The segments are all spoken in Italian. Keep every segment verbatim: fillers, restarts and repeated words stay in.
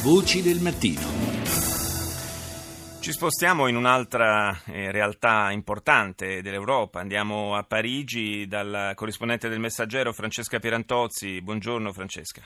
Voci del mattino. Ci spostiamo in un'altra eh, realtà importante dell'Europa. Andiamo a Parigi dal corrispondente del Messaggero Francesca Pierantozzi. Buongiorno Francesca.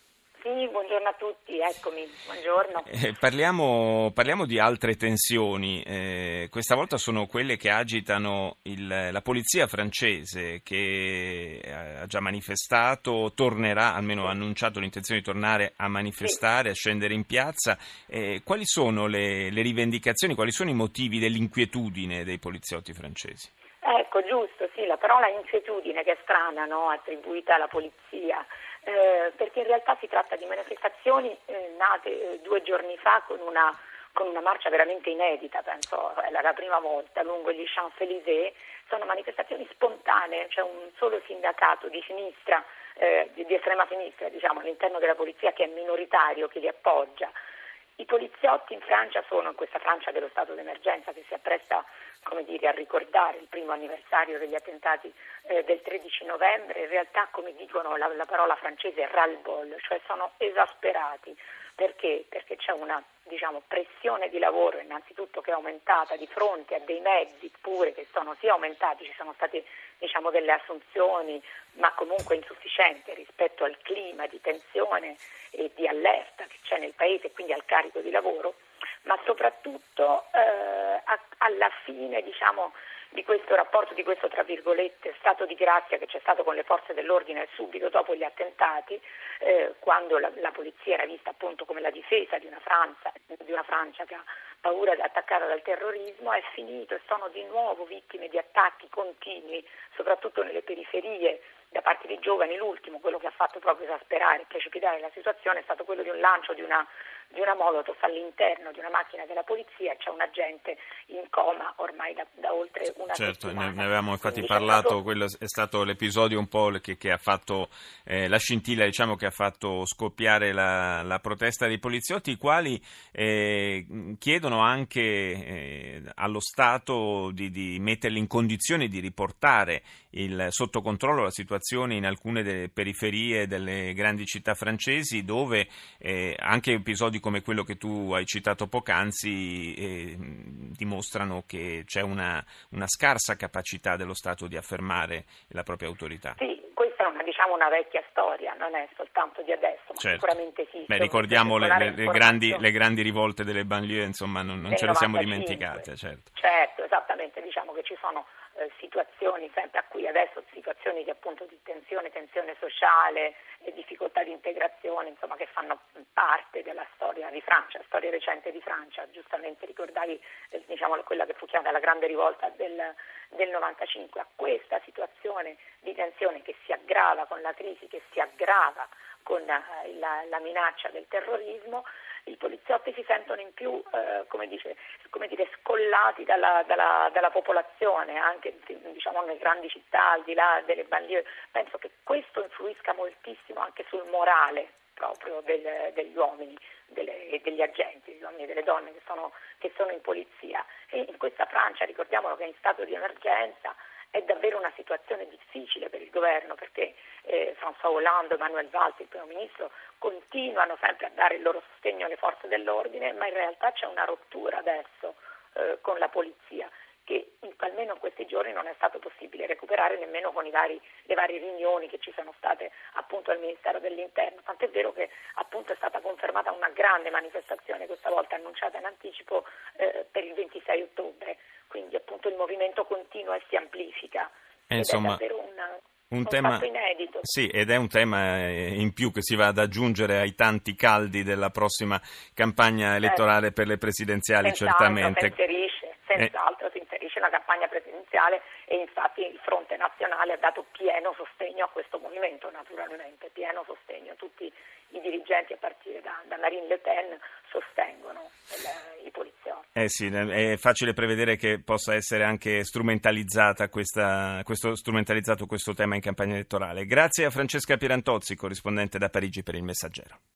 Sì, buongiorno a tutti, eccomi, buongiorno. Eh, parliamo, parliamo di altre tensioni, eh, questa volta sono quelle che agitano il, la polizia francese che ha già manifestato, tornerà, almeno ha annunciato l'intenzione di tornare a manifestare, sì. a scendere in piazza. Eh, quali sono le, le rivendicazioni, quali sono i motivi dell'inquietudine dei poliziotti francesi? Ecco, giusto, sì, la parola inquietudine che è strana, no? Attribuita alla polizia. Eh, perché in realtà si tratta di manifestazioni eh, nate eh, due giorni fa con una, con una marcia veramente inedita, penso è la, la prima volta, lungo gli Champs-Élysées. Sono manifestazioni spontanee, c'è un solo sindacato di sinistra, eh, di, di estrema sinistra, diciamo, all'interno della polizia che è minoritario, che li appoggia. I poliziotti in Francia sono, in questa Francia dello stato d'emergenza che si appresta, come dire, a ricordare il primo anniversario degli attentati eh, del tredici novembre, in realtà, come dicono la, la parola francese, ras-le-bol, cioè sono esasperati. Perché? Perché c'è una, diciamo, pressione di lavoro innanzitutto che è aumentata di fronte a dei mezzi pure che sono sì aumentati, ci sono state, diciamo, delle assunzioni, ma comunque insufficienti rispetto al clima di tensione e di allerta che c'è nel paese, quindi al carico di lavoro, ma soprattutto eh, a, alla fine, diciamo, di questo rapporto, di questo tra virgolette stato di grazia che c'è stato con le forze dell'ordine subito dopo gli attentati, eh, quando la, la polizia era vista appunto come la difesa di una Francia, di una Francia che ha paura di attaccata dal terrorismo, è finito e sono di nuovo vittime di attacchi continui, soprattutto nelle periferie, da parte dei giovani. L'ultimo, quello che ha fatto proprio esasperare e precipitare la situazione, è stato quello di un lancio di una, di una molotov all'interno di una macchina della polizia e c'è un agente in coma ormai da, da oltre una certo, settimana. Ne, ne avevamo infatti Quindi parlato, stato... quello è stato l'episodio un po' che, che ha fatto eh, la scintilla, diciamo, che ha fatto scoppiare la, la protesta dei poliziotti, i quali eh, chiedono anche eh, allo Stato di, di metterli in condizione di riportare il, sotto controllo la situazione in alcune delle periferie delle grandi città francesi, dove eh, anche episodi come quello che tu hai citato poc'anzi eh, dimostrano che c'è una, una scarsa capacità dello Stato di affermare la propria autorità. Sì, questa è una, diciamo, una vecchia storia, non è soltanto di adesso, ma certo. sicuramente esiste. Beh, ricordiamo le, le, le, grandi, le grandi rivolte delle banlieue, insomma, non, non ce le siamo dimenticate. Certo, certo, esattamente, diciamo che ci sono eh, situazioni sempre a cui adesso, situazioni di appunto di tensione, tensione sociale e difficoltà di integrazione, insomma, che fanno parte della storia di Francia, storia recente di Francia. Giustamente ricordavi, eh, diciamo, quella che fu chiamata la grande rivolta del, del novantacinque. A questa situazione di tensione che si aggrava con la crisi, che si aggrava con eh, la, la minaccia del terrorismo, i poliziotti si sentono in più, eh, come, dice, come dire, scollati dalla, dalla, dalla popolazione, anche, diciamo, nelle grandi città, al di là delle banlieue. Penso che questo influisca moltissimo anche sul morale proprio del, degli uomini, delle, degli agenti, degli uomini e delle donne che sono, che sono in polizia. E in questa Francia, ricordiamolo che è in stato di emergenza, è davvero una situazione difficile per il governo, perché eh, François Hollande, Emmanuel Valls, il primo ministro, continuano sempre a dare il loro sostegno alle forze dell'ordine, ma in realtà c'è una rottura adesso eh, con la polizia che in, almeno in questi giorni non è stato possibile recuperare nemmeno con i vari, le varie riunioni che ci sono state appunto al Ministero dell'Interno. Tant'è vero che appunto è stata confermata una grande manifestazione, questa volta annunciata in anticipo eh, per il ventisei ottobre, quindi appunto il movimento continua e si amplifica. E insomma, è davvero una, un, un tema fatto inedito. Sì, ed è un tema in più che si va ad aggiungere ai tanti caldi della prossima campagna elettorale eh, per le presidenziali, certamente. Senz'altro si inserisce la campagna presidenziale e infatti il Fronte Nazionale ha dato pieno sostegno a questo movimento, naturalmente, pieno sostegno. Tutti i dirigenti a partire da, da Marine Le Pen sostengono il, i poliziotti. Eh sì, è facile prevedere che possa essere anche strumentalizzata questa, questo, strumentalizzato questo tema in campagna elettorale. Grazie a Francesca Pierantozzi, corrispondente da Parigi per il Messaggero.